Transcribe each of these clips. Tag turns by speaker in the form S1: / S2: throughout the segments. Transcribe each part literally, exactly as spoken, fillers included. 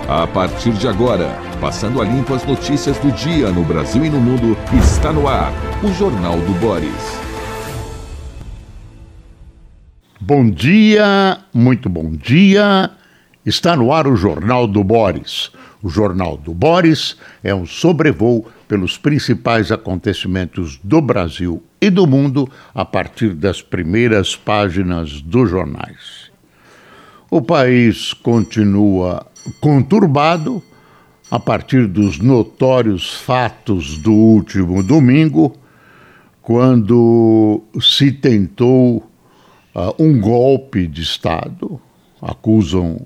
S1: A partir de agora, passando a limpo as notícias do dia no Brasil e no mundo, está no ar o Jornal do Boris.
S2: Bom dia, muito bom dia. Está no ar o Jornal do Boris. O Jornal do Boris é um sobrevoo pelos principais acontecimentos do Brasil e do mundo a partir das primeiras páginas dos jornais. O país continua conturbado a partir dos notórios fatos do último domingo, quando se tentou uh, um golpe de Estado. Acusam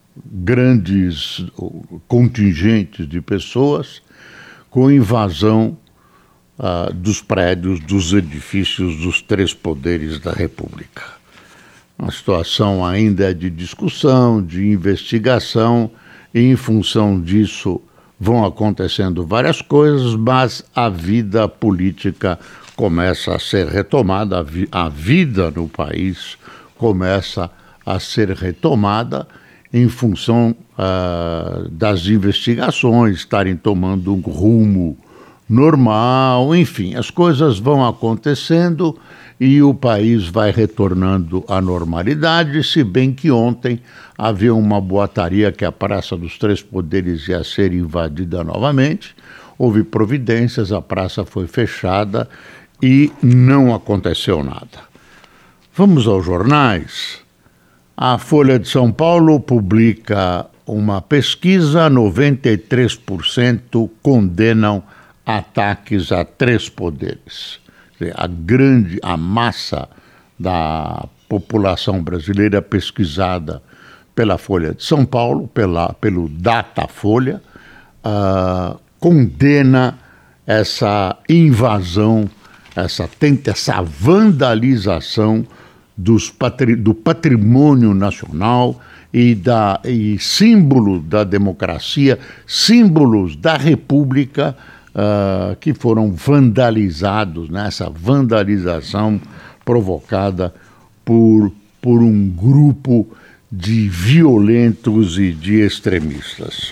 S2: grandes contingentes de pessoas com invasão uh, dos prédios, dos edifícios dos três poderes da República. A situação ainda é de discussão, de investigação, e em função disso vão acontecendo várias coisas, mas a vida política começa a ser retomada, a, vi- a vida no país começa a ser retomada em função uh, das investigações estarem tomando um rumo normal, enfim, as coisas vão acontecendo e o país vai retornando à normalidade, se bem que ontem havia uma boataria que a Praça dos Três Poderes ia ser invadida novamente, houve providências, a praça foi fechada e não aconteceu nada. Vamos aos jornais. A Folha de São Paulo publica uma pesquisa, noventa e três por cento condenam ataques a três poderes. A grande, a massa da população brasileira pesquisada pela Folha de São Paulo, pela, pelo Datafolha, uh, condena essa invasão, essa, tenta, essa vandalização dos patri, do patrimônio nacional e, da, e símbolo da democracia, símbolos da República, Uh, que foram vandalizados, né? Essa vandalização provocada por, por um grupo de violentos e de extremistas.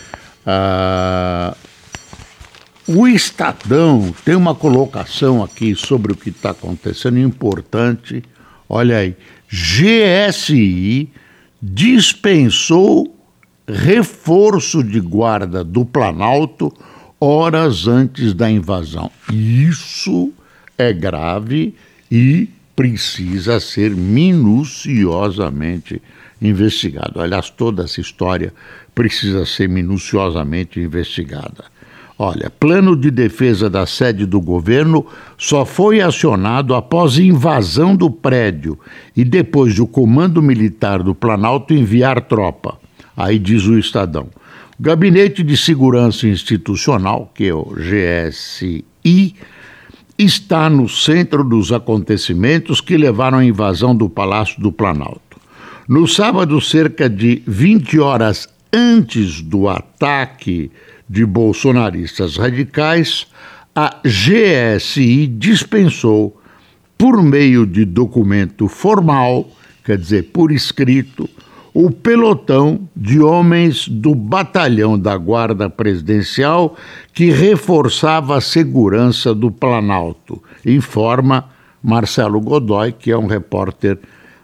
S2: Uh, o Estadão tem uma colocação aqui sobre o que está acontecendo importante. Olha aí, G S I dispensou reforço de guarda do Planalto horas antes da invasão. Isso é grave e precisa ser minuciosamente investigado. Aliás, toda essa história precisa ser minuciosamente investigada. Olha, plano de defesa da sede do governo só foi acionado após invasão do prédio e depois do Comando Militar do Planalto enviar tropa. Aí diz o Estadão. O Gabinete de Segurança Institucional, que é o G S I, está no centro dos acontecimentos que levaram à invasão do Palácio do Planalto. No sábado, cerca de vinte horas antes do ataque de bolsonaristas radicais, a G S I dispensou, por meio de documento formal, quer dizer, por escrito, o pelotão de homens do batalhão da Guarda Presidencial que reforçava a segurança do Planalto, informa Marcelo Godoy, que é um repórter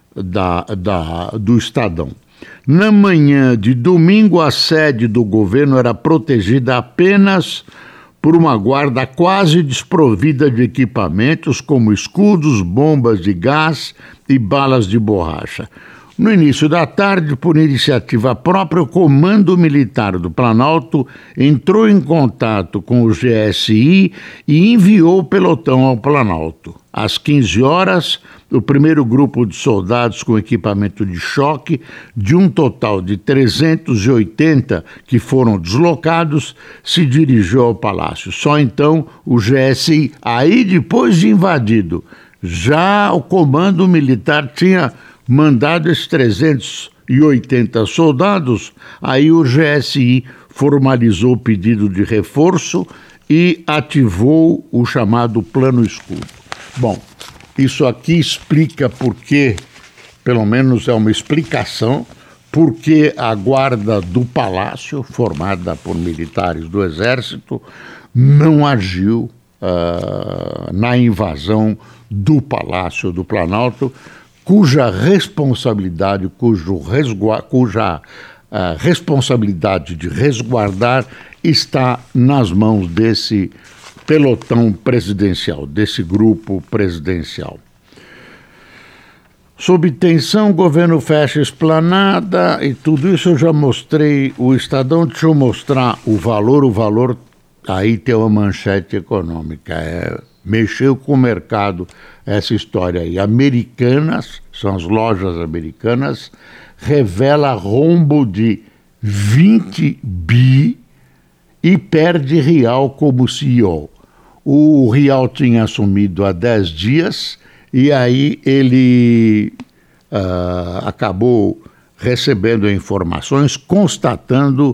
S2: da, da, do Estadão. Na manhã de domingo, a sede do governo era protegida apenas por uma guarda quase desprovida de equipamentos como escudos, bombas de gás e balas de borracha. No início da tarde, por iniciativa própria, o Comando Militar do Planalto entrou em contato com o G S I e enviou o pelotão ao Planalto. Às quinze horas, o primeiro grupo de soldados com equipamento de choque, de um total de trezentos e oitenta que foram deslocados, se dirigiu ao palácio. Só então o G S I, aí depois de invadido, já o Comando Militar tinha mandado esses trezentos e oitenta soldados, aí o G S I formalizou o pedido de reforço e ativou o chamado Plano Escudo. Bom, isso aqui explica por que, pelo menos é uma explicação, porque a guarda do palácio, formada por militares do exército, não agiu uh, na invasão do Palácio do Planalto, cuja responsabilidade, cujo resgua, cuja uh, responsabilidade de resguardar está nas mãos desse pelotão presidencial, desse grupo presidencial. Sob tensão, o governo fecha a esplanada e tudo isso eu já mostrei. O Estadão, deixa eu mostrar o valor, o valor, aí tem uma manchete econômica, é, mexeu com o mercado essa história aí. Americanas, são as lojas americanas, revela rombo de vinte bi e perde Rial como C E O. O Rial tinha assumido há dez dias e aí ele uh, acabou recebendo informações, constatando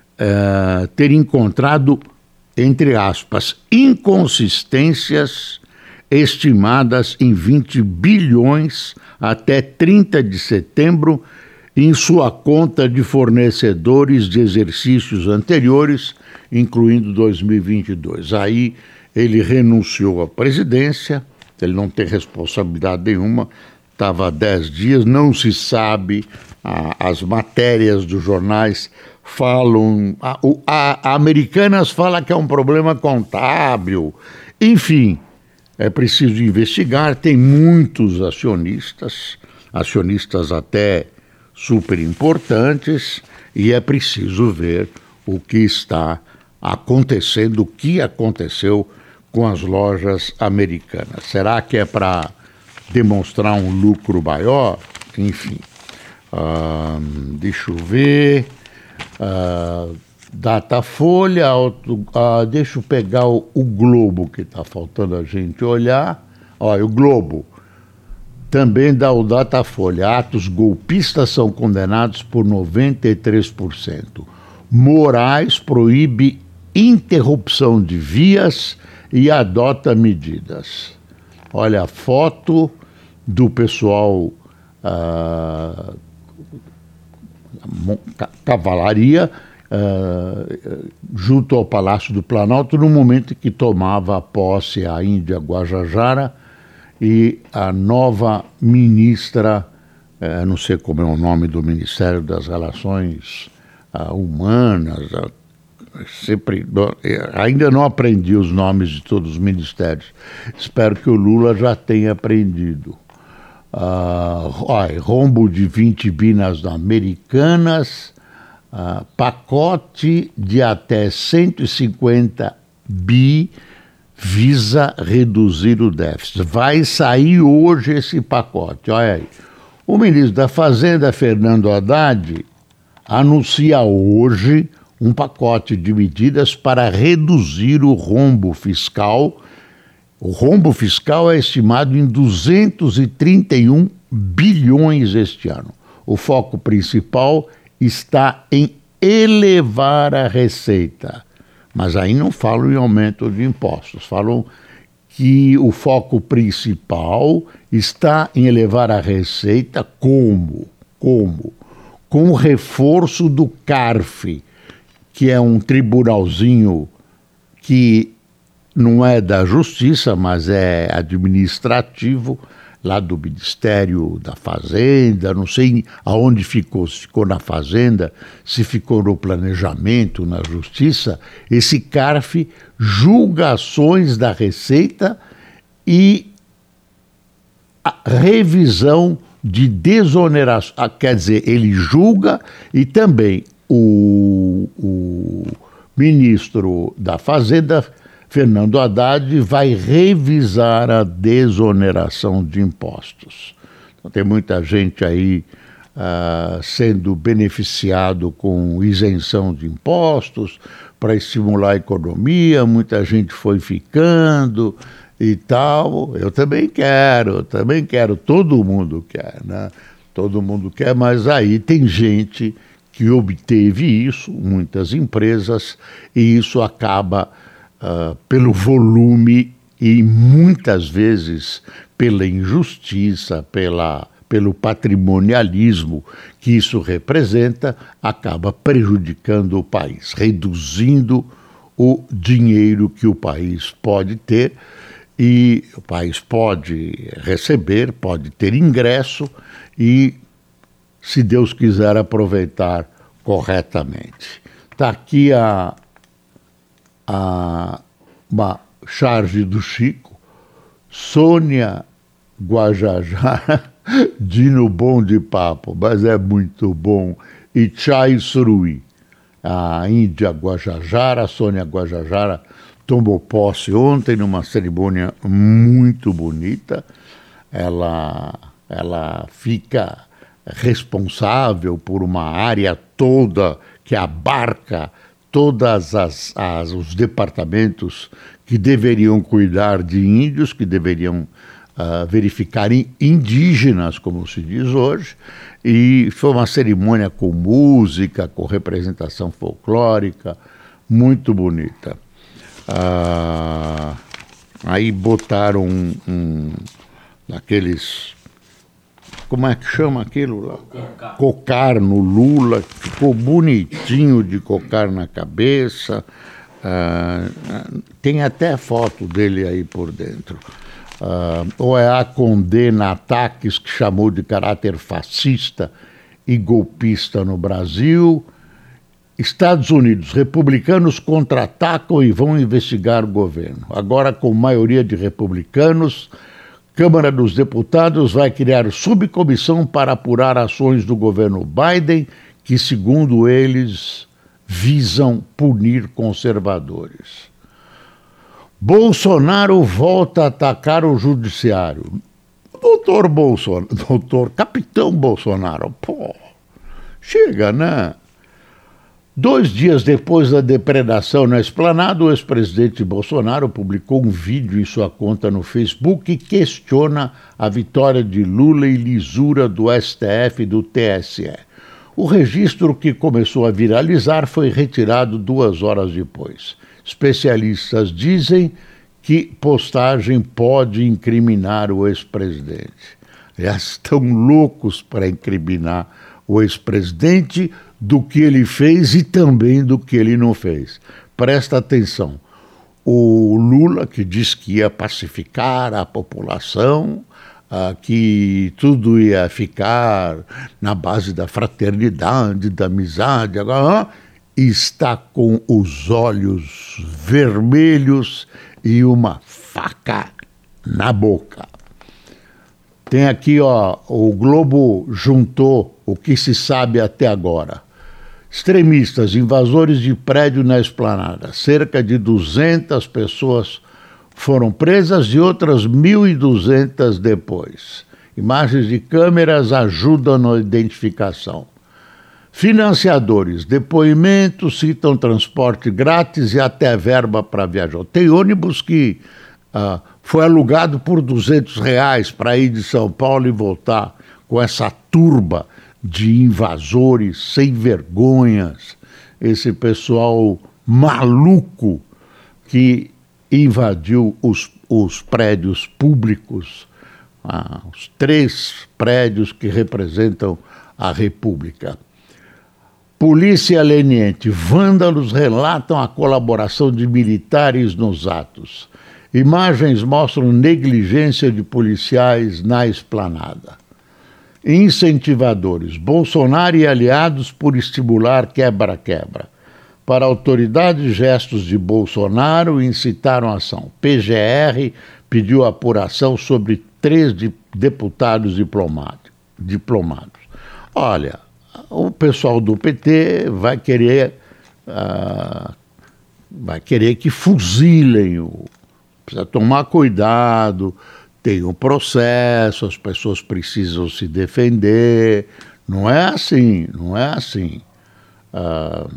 S2: uh, ter encontrado, entre aspas, inconsistências estimadas em vinte bilhões até trinta de setembro em sua conta de fornecedores de exercícios anteriores, incluindo dois mil e vinte e dois. Aí ele renunciou à presidência, ele não tem responsabilidade nenhuma, estava há dez dias, não se sabe, a, as matérias dos jornais falam, a, a, a Americanas fala que é um problema contábil, enfim, é preciso investigar, tem muitos acionistas, acionistas até super importantes, e é preciso ver o que está acontecendo, o que aconteceu com as lojas americanas. Será que é para demonstrar um lucro maior? Enfim, uh, deixa eu ver, uh, Datafolha, uh, deixa eu pegar o, o Globo, que está faltando a gente olhar. Olha, o Globo também dá o Datafolha. Atos golpistas são condenados por noventa e três por cento. Moraes proíbe interrupção de vias e adota medidas. Olha a foto do pessoal ah, cavalaria ah, junto ao Palácio do Planalto no momento em que tomava posse a Índia Guajajara e a nova ministra, eh, não sei como é o nome do Ministério das Relações ah, Humanas, ah, sempre, ainda não aprendi os nomes de todos os ministérios. Espero que o Lula já tenha aprendido. Uh, ó, rombo de vinte bi nas Americanas, uh, pacote de até cento e cinquenta bi visa reduzir o déficit. Vai sair hoje esse pacote. Olha aí. O ministro da Fazenda, Fernando Haddad, anuncia hoje um pacote de medidas para reduzir o rombo fiscal. O rombo fiscal é estimado em duzentos e trinta e um bilhões este ano. O foco principal está em elevar a receita. Mas aí não falam em aumento de impostos, falam que o foco principal está em elevar a receita como? Como? Com o reforço do CARF, que é um tribunalzinho que não é da Justiça, mas é administrativo, lá do Ministério da Fazenda, não sei aonde ficou, se ficou na Fazenda, se ficou no Planejamento, na Justiça. Esse CARF julga ações da Receita e a revisão de desoneração, quer dizer, ele julga e também o, o ministro da Fazenda, Fernando Haddad, vai revisar a desoneração de impostos. Então, tem muita gente aí uh, sendo beneficiado com isenção de impostos para estimular a economia, muita gente foi ficando e tal. Eu também quero, eu também quero, todo mundo quer, né? Todo mundo quer, mas aí tem gente que obteve isso, muitas empresas, e isso acaba uh, pelo volume e muitas vezes pela injustiça, pela pelo patrimonialismo que isso representa, acaba prejudicando o país, reduzindo o dinheiro que o país pode ter, e o país pode receber, pode ter ingresso e, se Deus quiser, aproveitar corretamente. Está aqui a, a, uma charge do Chico, Sônia Guajajara, Dino bom de papo, mas é muito bom, e Chai Surui. A Índia Guajajara, a Sônia Guajajara, tomou posse ontem numa cerimônia muito bonita. Ela, ela fica responsável por uma área toda que abarca todos as, as, os departamentos que deveriam cuidar de índios, que deveriam uh, verificar indígenas, como se diz hoje, e foi uma cerimônia com música, com representação folclórica, muito bonita. Uh, aí botaram um, um daqueles, como é que chama aquilo lá? Cocar. Cocar no Lula, ficou bonitinho de cocar na cabeça. Uh, tem até foto dele aí por dentro. Uh, O E A condena ataques que chamou de caráter fascista e golpista no Brasil. Estados Unidos, republicanos contra-atacam e vão investigar o governo. Agora, com maioria de republicanos, Câmara dos Deputados vai criar subcomissão para apurar ações do governo Biden, que, segundo eles, visam punir conservadores. Bolsonaro volta a atacar o judiciário. Doutor Bolsonaro, doutor Capitão Bolsonaro, pô, chega, né? Dois dias depois da depredação na Esplanada, o ex-presidente Bolsonaro publicou um vídeo em sua conta no Facebook que questiona a vitória de Lula e lisura do S T F e do T S E. O registro, que começou a viralizar, foi retirado duas horas depois. Especialistas dizem que postagem pode incriminar o ex-presidente. Já estão loucos para incriminar o ex-presidente do que ele fez e também do que ele não fez. Presta atenção. O Lula, que diz que ia pacificar a população, ah, que tudo ia ficar na base da fraternidade, da amizade, agora, está com os olhos vermelhos e uma faca na boca. Tem aqui, ó, o Globo juntou o que se sabe até agora. Extremistas, invasores de prédio na Esplanada. Cerca de duzentas pessoas foram presas e outras mil e duzentas depois. Imagens de câmeras ajudam na identificação. Financiadores, depoimentos, citam transporte grátis e até verba para viajar. Tem ônibus que uh, foi alugado por duzentos reais para ir de São Paulo e voltar com essa turba de invasores sem vergonhas, esse pessoal maluco que invadiu os, os prédios públicos, ah, os três prédios que representam a República. Polícia leniente, vândalos relatam a colaboração de militares nos atos. Imagens mostram negligência de policiais na Esplanada. Incentivadores, Bolsonaro e aliados por estimular quebra-quebra. Para a autoridade, gestos de Bolsonaro incitaram a ação. P G R pediu apuração sobre três de deputados diplomados. Olha, o pessoal do P T vai querer, uh, vai querer que fuzilem o... Precisa tomar cuidado, tem um processo, as pessoas precisam se defender. Não é assim, não é assim. Uh,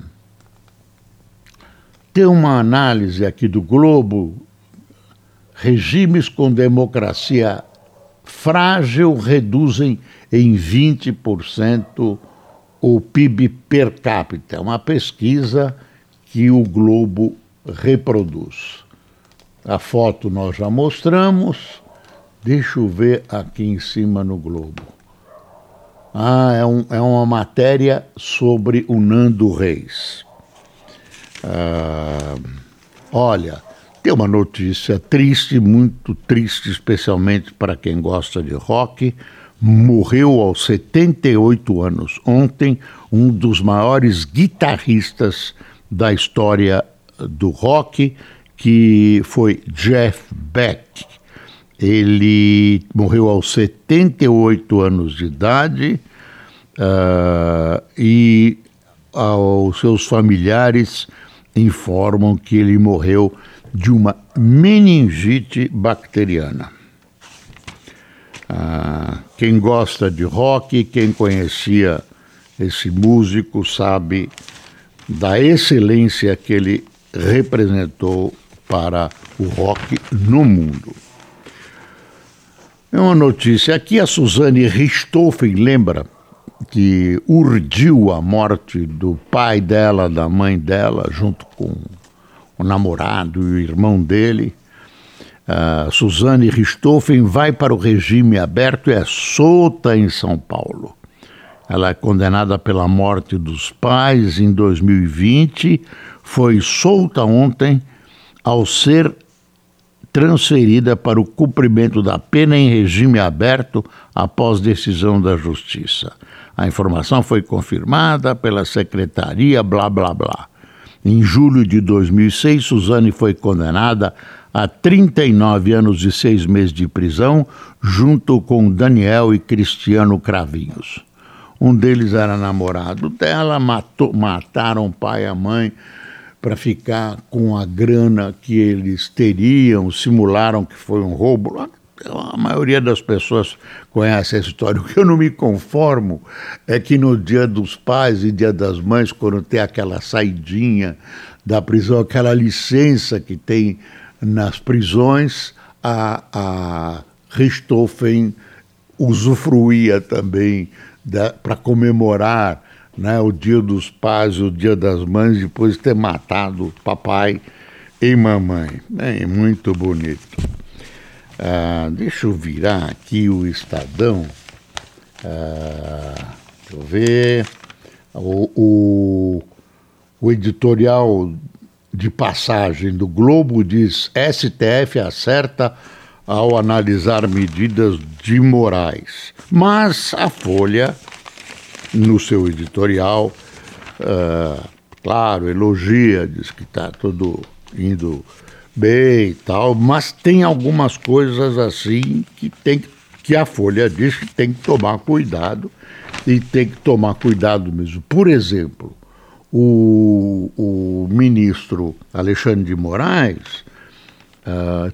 S2: tem uma análise aqui do Globo: regimes com democracia frágil reduzem em vinte por cento o P I B per capita. É uma pesquisa que o Globo reproduz. A foto nós já mostramos. Deixa eu ver aqui em cima no Globo. Ah, é, um, é uma matéria sobre o Nando Reis. Ah, olha, tem uma notícia triste, muito triste, especialmente para quem gosta de rock. Morreu aos setenta e oito anos ontem um dos maiores guitarristas da história do rock, que foi Jeff Beck. Ele morreu aos setenta e oito anos de idade uh, e uh, os seus familiares informam que ele morreu de uma meningite bacteriana. Ah, quem gosta de rock, quem conhecia esse músico, sabe da excelência que ele representou para o rock no mundo. É uma notícia aqui, a Suzane Richthofen lembra que urdiu a morte do pai dela, da mãe dela, junto com o namorado e o irmão dele. Uh, Suzane Richthofen vai para o regime aberto e é solta em São Paulo. Ela é condenada pela morte dos pais em dois mil e vinte, foi solta ontem ao ser transferida para o cumprimento da pena em regime aberto após decisão da Justiça. A informação foi confirmada pela Secretaria blá blá blá. Em julho de dois mil e seis, Suzane foi condenada a trinta e nove anos e seis meses de prisão, junto com Daniel e Cristiano Cravinhos. Um deles era namorado dela, matou, mataram o pai e a mãe para ficar com a grana que eles teriam, simularam que foi um roubo. A maioria das pessoas conhece essa história. O que eu não me conformo é que no dia dos pais e dia das mães, quando tem aquela saidinha da prisão, aquela licença que tem nas prisões, a, a Richthofen usufruía também para comemorar, né, o dia dos pais e o dia das mães, depois de ter matado papai e mamãe. É muito bonito. Ah, deixa eu virar aqui o Estadão. Ah, deixa eu ver. O, o, o editorial de passagem do Globo diz: S T F acerta ao analisar medidas de Moraes. Mas a Folha, no seu editorial, uh, claro, elogia, diz que está tudo indo bem e tal, mas tem algumas coisas assim que, tem, que a Folha diz que tem que tomar cuidado, e tem que tomar cuidado mesmo. Por exemplo, o, o ministro Alexandre de Moraes uh,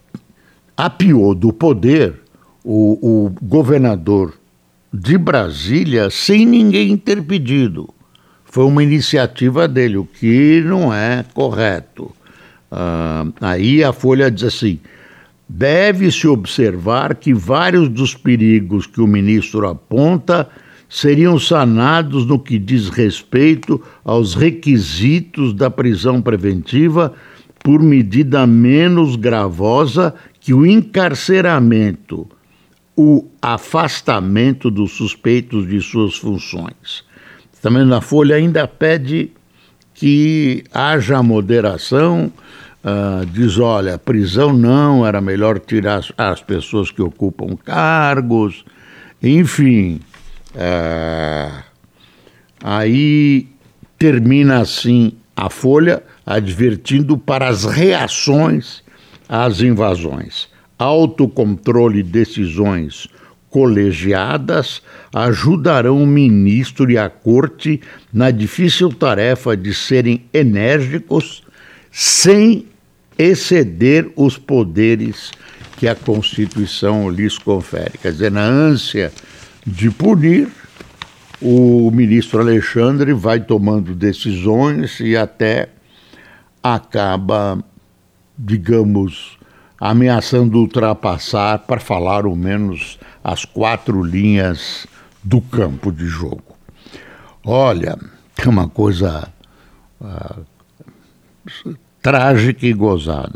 S2: apiou do poder o, o governador de Brasília sem ninguém ter pedido. Foi uma iniciativa dele, o que não é correto. Uh, aí a Folha diz assim: deve-se observar que vários dos perigos que o ministro aponta seriam sanados no que diz respeito aos requisitos da prisão preventiva por medida menos gravosa que o encarceramento, o afastamento dos suspeitos de suas funções. Também na Folha ainda pede que haja moderação, uh, diz, olha, prisão não, era melhor tirar as, as pessoas que ocupam cargos, enfim. Uh, aí termina assim a Folha, advertindo para as reações às invasões. Autocontrole e decisões colegiadas ajudarão o ministro e a corte na difícil tarefa de serem enérgicos sem exceder os poderes que a Constituição lhes confere. Quer dizer, na ânsia de punir, o ministro Alexandre vai tomando decisões e até acaba, digamos, ameaçando ultrapassar, para falar ao menos, as quatro linhas do campo de jogo. Olha, é uma coisa uh, trágica e gozada.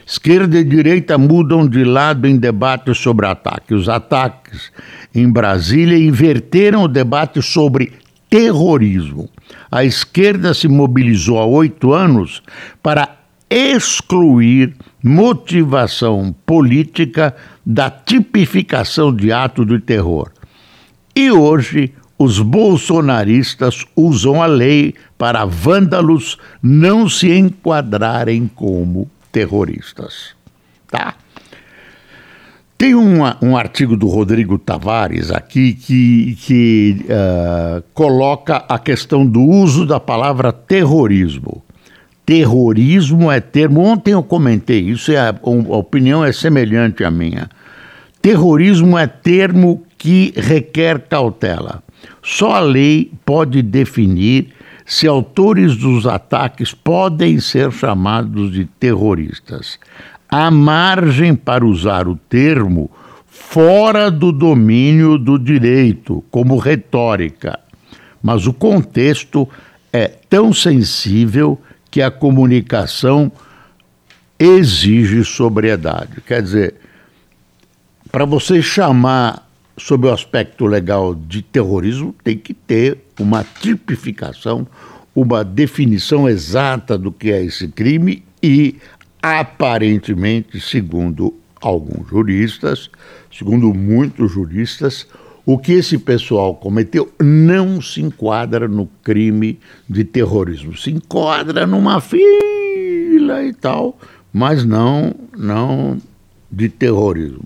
S2: Esquerda e direita mudam de lado em debate sobre ataque. Os ataques em Brasília inverteram o debate sobre terrorismo. A esquerda se mobilizou há oito anos para excluir motivação política da tipificação de ato de terror. E hoje, os bolsonaristas usam a lei para vândalos não se enquadrarem como terroristas. Tá? Tem uma, um artigo do Rodrigo Tavares aqui que, que uh, coloca a questão do uso da palavra terrorismo. Terrorismo é termo... Ontem eu comentei isso, e a, a opinião é semelhante à minha. Terrorismo é termo que requer cautela. Só a lei pode definir se autores dos ataques podem ser chamados de terroristas. Há margem para usar o termo fora do domínio do direito, como retórica. Mas o contexto é tão sensível que a comunicação exige sobriedade. Quer dizer, para você chamar sob o aspecto legal de terrorismo, tem que ter uma tipificação, uma definição exata do que é esse crime e, aparentemente, segundo alguns juristas, segundo muitos juristas, o que esse pessoal cometeu não se enquadra no crime de terrorismo. Se enquadra numa fila e tal, mas não, não de terrorismo.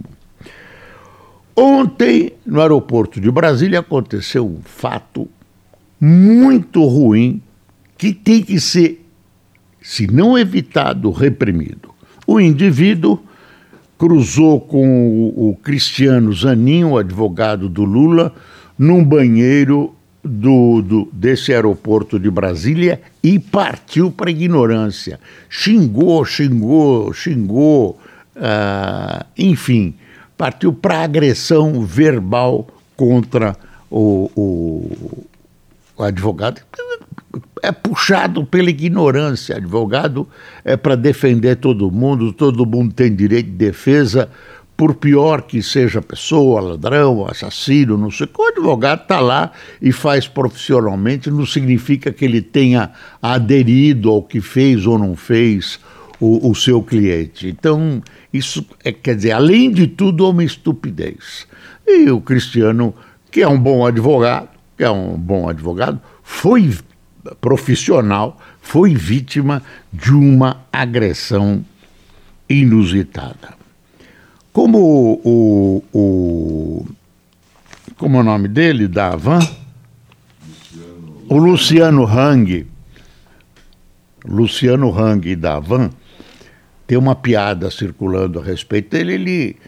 S2: Ontem, no aeroporto de Brasília, aconteceu um fato muito ruim que tem que ser, se não evitado, reprimido. O indivíduo cruzou com o, o Cristiano Zanin, o advogado do Lula, num banheiro do, do, desse aeroporto de Brasília e partiu para a ignorância. Xingou, xingou, xingou, uh, enfim, partiu para a agressão verbal contra o, o, o advogado. É puxado pela ignorância. Advogado é para defender todo mundo, todo mundo tem direito de defesa, por pior que seja a pessoa, ladrão, assassino, não sei o que. O advogado está lá e faz profissionalmente, não significa que ele tenha aderido ao que fez ou não fez o, o seu cliente. Então, isso é, quer dizer, além de tudo, é uma estupidez. E o Cristiano, que é um bom advogado, que é um bom advogado, foi profissional, foi vítima de uma agressão inusitada. Como o, o, o como é o nome dele, da Havan? Luciano. O Luciano Hang, Luciano Hang da Havan, tem uma piada circulando a respeito dele, ele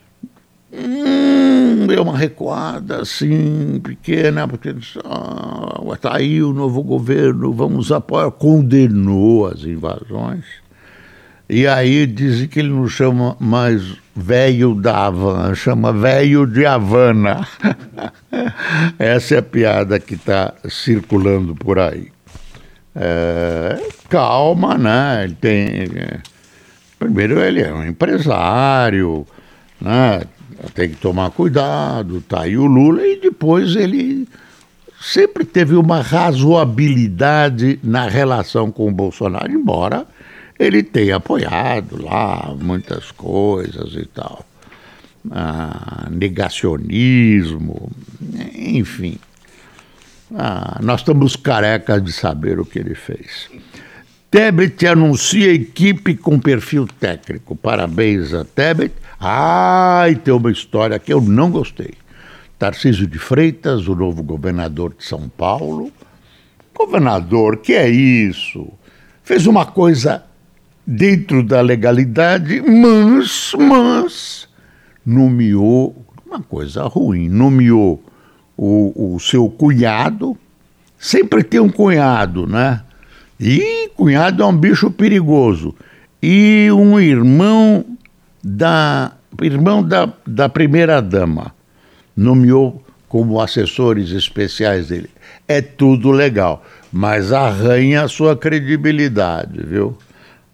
S2: hum, deu uma recuada assim, pequena, porque ah, tá aí o novo governo, vamos apoiar, condenou as invasões, e aí dizem que ele não chama mais velho da Havana, chama velho de Havana. Essa é a piada que está circulando por aí. É, calma, né? Ele tem... Primeiro, ele é um empresário, né? Tem que tomar cuidado, tá aí o Lula, e depois ele sempre teve uma razoabilidade na relação com o Bolsonaro, embora ele tenha apoiado lá muitas coisas e tal. Ah, negacionismo, enfim. Ah, nós estamos carecas de saber o que ele fez. Tebet anuncia equipe com perfil técnico. Parabéns a Tebet. Ah, e tem uma história que eu não gostei. Tarcísio de Freitas, o novo governador de São Paulo. Governador, que é isso? Fez uma coisa dentro da legalidade, mas, mas nomeou uma coisa ruim. Nomeou o, o seu cunhado. Sempre tem um cunhado, né? E cunhado é um bicho perigoso. E um irmão da, irmão da, da primeira-dama. Nomeou como assessores especiais dele. É tudo legal, mas arranha a sua credibilidade, viu?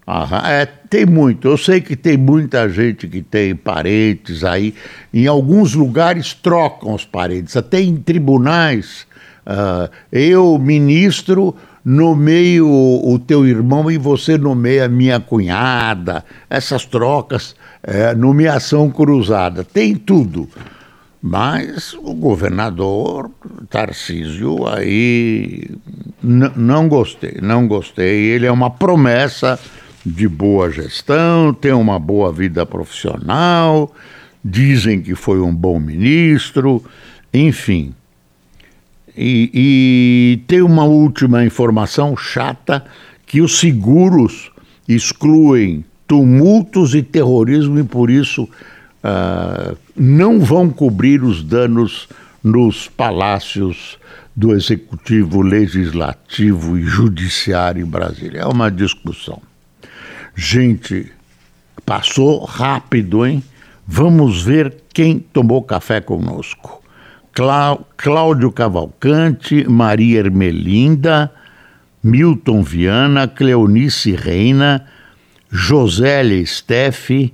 S2: Aham, é, tem muito. Eu sei que tem muita gente que tem parentes aí. Em alguns lugares trocam os parentes. Até em tribunais, uh, eu, ministro, nomeio o, o teu irmão e você nomeia a minha cunhada. Essas trocas, é, nomeação cruzada. Tem tudo. Mas o governador Tarcísio aí n- não gostei, não gostei. Ele é uma promessa de boa gestão, tem uma boa vida profissional, dizem que foi um bom ministro, enfim. E, e tem uma última informação chata, que os seguros excluem tumultos e terrorismo e por isso uh, não vão cobrir os danos nos palácios do Executivo, Legislativo e Judiciário em Brasília. É uma discussão. Gente, passou rápido, hein? Vamos ver quem tomou café conosco. Clá- Cláudio Cavalcante, Maria Ermelinda, Milton Viana, Cleonice Reina, Josélia Steffi,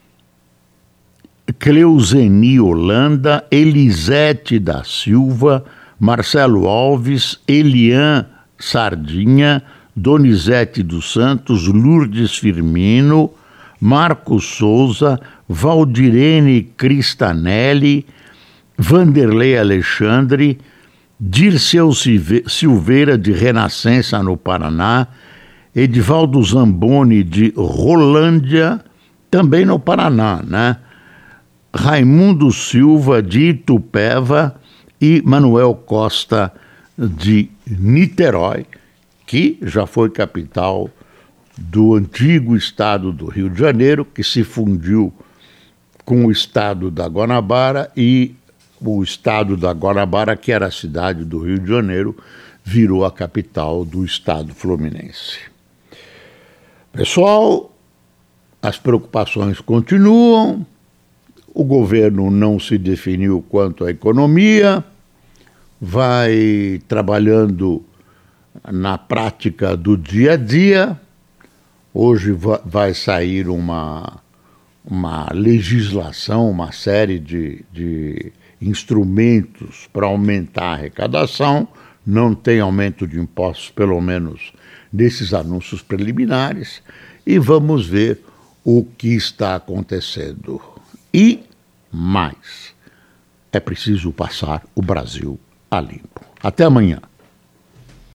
S2: Cleuzeni Holanda, Elisete da Silva, Marcelo Alves, Elian Sardinha, Donizete dos Santos, Lourdes Firmino, Marcos Souza, Valdirene Cristanelli, Vanderlei Alexandre, Dirceu Silveira de Renascença no Paraná, Edivaldo Zamboni de Rolândia, também no Paraná, né? Raimundo Silva de Itupeva e Manuel Costa de Niterói, que já foi capital do antigo estado do Rio de Janeiro, que se fundiu com o estado da Guanabara, e o estado da Guanabara, que era a cidade do Rio de Janeiro, virou a capital do estado fluminense. Pessoal, as preocupações continuam, o governo não se definiu quanto à economia, vai trabalhando na prática do dia a dia. Hoje vai sair uma, uma legislação, uma série de, de instrumentos para aumentar a arrecadação. Não tem aumento de impostos, pelo menos nesses anúncios preliminares, e vamos ver o que está acontecendo. E mais, é preciso passar o Brasil a limpo. Até amanhã.